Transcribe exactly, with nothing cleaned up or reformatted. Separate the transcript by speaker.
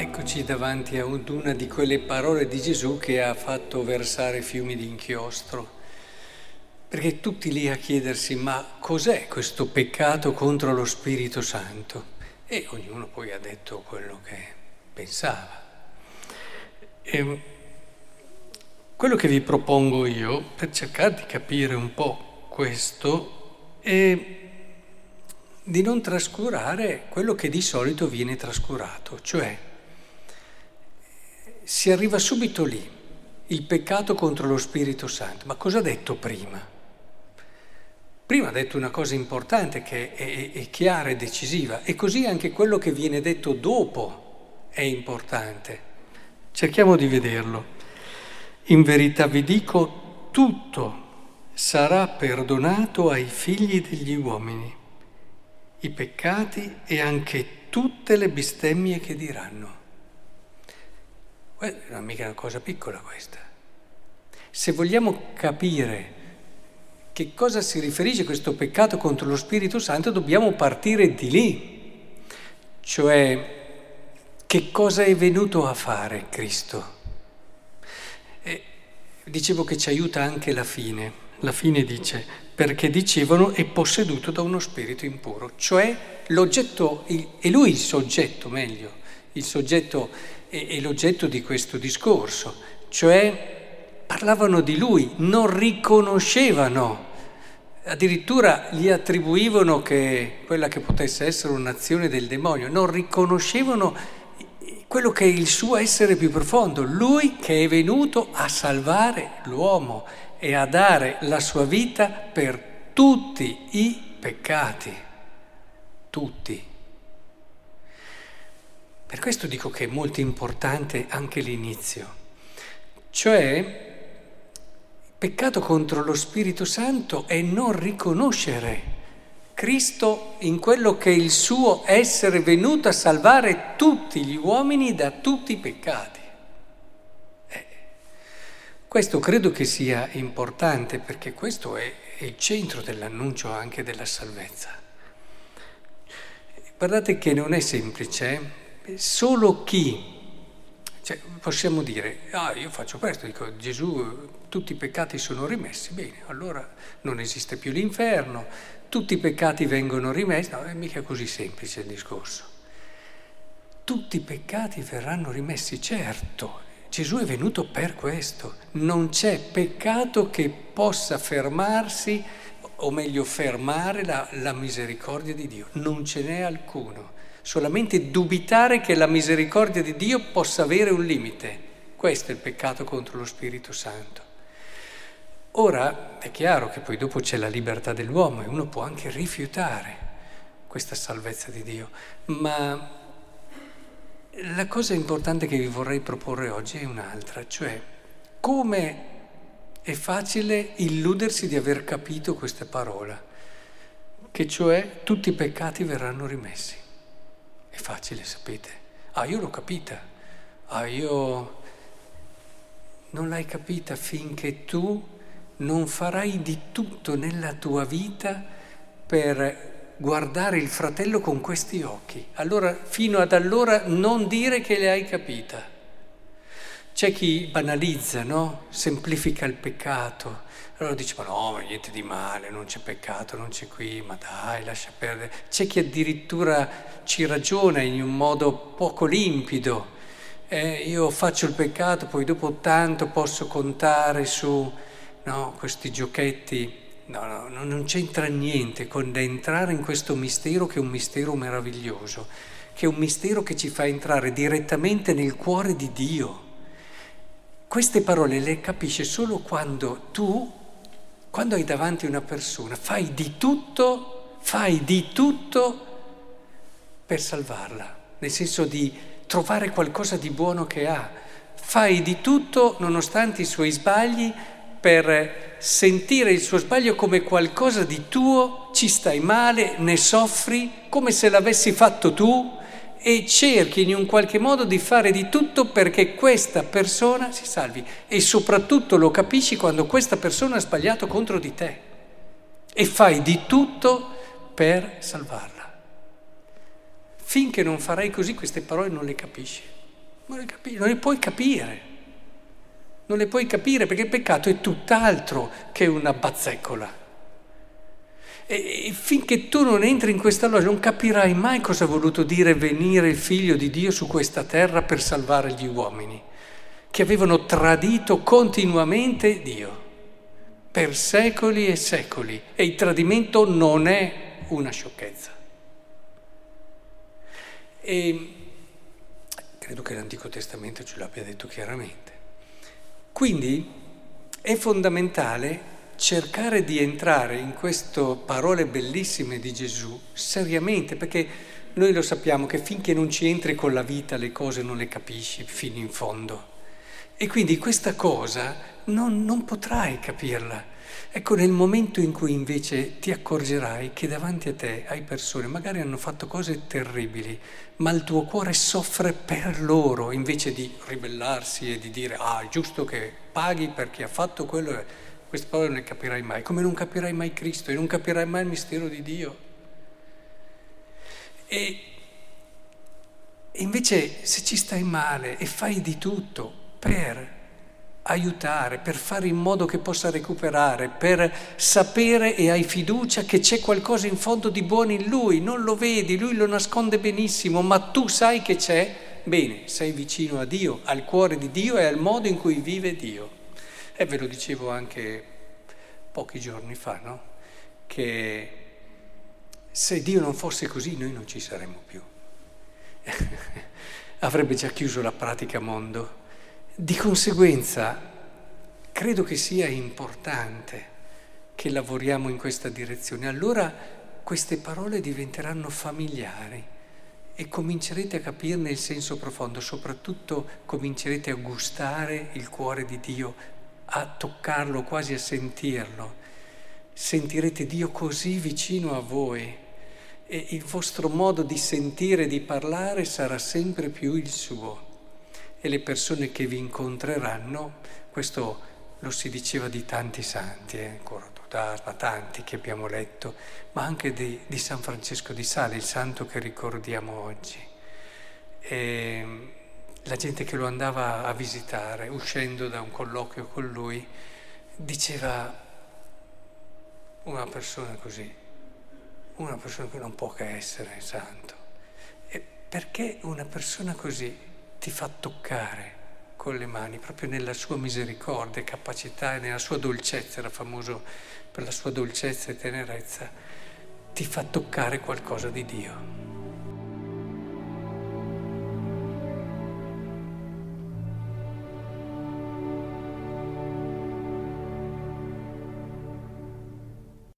Speaker 1: Eccoci davanti a un- una di quelle parole di Gesù che ha fatto versare fiumi di inchiostro, perché tutti lì a chiedersi: ma cos'è questo peccato contro lo Spirito Santo? E ognuno poi ha detto quello che pensava. E quello che vi propongo io, per cercare di capire un po' questo, è di non trascurare quello che di solito viene trascurato, cioè si arriva subito lì, il peccato contro lo Spirito Santo. Ma cosa ha detto prima? Prima ha detto una cosa importante che è, è, è chiara e decisiva, e così anche quello che viene detto dopo è importante. Cerchiamo di vederlo. In verità vi dico, tutto sarà perdonato ai figli degli uomini, i peccati e anche tutte le bestemmie che diranno. Non è mica una cosa piccola questa. Se vogliamo capire che cosa si riferisce a questo peccato contro lo Spirito Santo, dobbiamo partire di lì. Cioè, che cosa è venuto a fare Cristo? E dicevo che ci aiuta anche la fine. La fine dice, perché dicevano è posseduto da uno spirito impuro. Cioè, l'oggetto, è lui il soggetto, meglio, il soggetto è l'oggetto di questo discorso, cioè parlavano di lui, non riconoscevano, addirittura gli attribuivano che quella che potesse essere un'azione del demonio, non riconoscevano quello che è il suo essere più profondo, lui che è venuto a salvare l'uomo e a dare la sua vita per tutti i peccati, tutti. Per questo dico che è molto importante anche l'inizio, cioè il peccato contro lo Spirito Santo è non riconoscere Cristo in quello che è il suo essere venuto a salvare tutti gli uomini da tutti i peccati. Eh, questo credo che sia importante, perché questo è, è il centro dell'annuncio anche della salvezza. Guardate che non è semplice, eh? Solo chi, cioè possiamo dire, ah io faccio questo, dico Gesù, tutti i peccati sono rimessi, bene, allora non esiste più l'inferno, tutti i peccati vengono rimessi, no, è mica così semplice il discorso. Tutti i peccati verranno rimessi, certo, Gesù è venuto per questo, non c'è peccato che possa fermarsi, o meglio fermare la, la misericordia di Dio, non ce n'è alcuno. Solamente dubitare che la misericordia di Dio possa avere un limite. Questo è il peccato contro lo Spirito Santo. Ora è chiaro che poi dopo c'è la libertà dell'uomo e uno può anche rifiutare questa salvezza di Dio, ma la cosa importante che vi vorrei proporre oggi è un'altra, cioè come è facile illudersi di aver capito questa parola, che cioè tutti i peccati verranno rimessi. È facile, sapete? Ah, io l'ho capita. Ah, io... Non l'hai capita finché tu non farai di tutto nella tua vita per guardare il fratello con questi occhi. Allora, fino ad allora, non dire che l'hai capita. C'è chi banalizza, no? Semplifica il peccato. Allora dice, ma no, ma niente di male, non c'è peccato, non c'è qui, ma dai, lascia perdere. C'è chi addirittura ci ragiona in un modo poco limpido. Eh, io faccio il peccato, poi dopo tanto posso contare su no, questi giochetti. No, no, non c'entra niente con entrare in questo mistero che è un mistero meraviglioso, che è un mistero che ci fa entrare direttamente nel cuore di Dio. Queste parole le capisci solo quando tu, quando hai davanti una persona, fai di tutto, fai di tutto per salvarla, nel senso di trovare qualcosa di buono che ha. Fai di tutto, nonostante i suoi sbagli, per sentire il suo sbaglio come qualcosa di tuo, ci stai male, ne soffri, come se l'avessi fatto tu, e cerchi in un qualche modo di fare di tutto perché questa persona si salvi. E soprattutto lo capisci quando questa persona ha sbagliato contro di te e fai di tutto per salvarla. Finché non farai così queste parole non le capisci. non le, capi- non le puoi capire, non le puoi capire perché il peccato è tutt'altro che una bazzecola. E, e finché tu non entri in questa logica non capirai mai cosa ha voluto dire venire il Figlio di Dio su questa terra per salvare gli uomini, che avevano tradito continuamente Dio, per secoli e secoli, e il tradimento non è una sciocchezza. E credo che l'Antico Testamento ce l'abbia detto chiaramente. Quindi è fondamentale cercare di entrare in queste parole bellissime di Gesù seriamente, perché noi lo sappiamo che finché non ci entri con la vita le cose non le capisci fino in fondo. E quindi questa cosa non, non potrai capirla. Ecco, nel momento in cui invece ti accorgerai che davanti a te hai persone, magari hanno fatto cose terribili, ma il tuo cuore soffre per loro, invece di ribellarsi e di dire ah, è giusto che paghi perché ha fatto quello, queste parole non le capirai mai, come non capirai mai Cristo e non capirai mai il mistero di Dio. E, e invece se ci stai male e fai di tutto per aiutare, per fare in modo che possa recuperare, per sapere e hai fiducia che c'è qualcosa in fondo di buono in lui, non lo vedi, lui lo nasconde benissimo, ma tu sai che c'è, bene, sei vicino a Dio, al cuore di Dio e al modo in cui vive Dio. E ve lo dicevo anche pochi giorni fa, no? Che se Dio non fosse così noi non ci saremmo più. Avrebbe già chiuso la pratica mondo. Di conseguenza, credo che sia importante che lavoriamo in questa direzione. Allora queste parole diventeranno familiari e comincerete a capirne il senso profondo, soprattutto comincerete a gustare il cuore di Dio, a toccarlo, quasi a sentirlo. Sentirete Dio così vicino a voi e il vostro modo di sentire e di parlare sarà sempre più il suo. E le persone che vi incontreranno, questo lo si diceva di tanti santi, eh, ancora ma tanti che abbiamo letto, ma anche di, di San Francesco di Sales, il santo che ricordiamo oggi. E la gente che lo andava a visitare, uscendo da un colloquio con lui, diceva una persona così, una persona che non può che essere santo. E perché una persona così ti fa toccare con le mani, proprio nella sua misericordia, capacità e nella sua dolcezza, era famoso per la sua dolcezza e tenerezza, ti fa toccare qualcosa di Dio.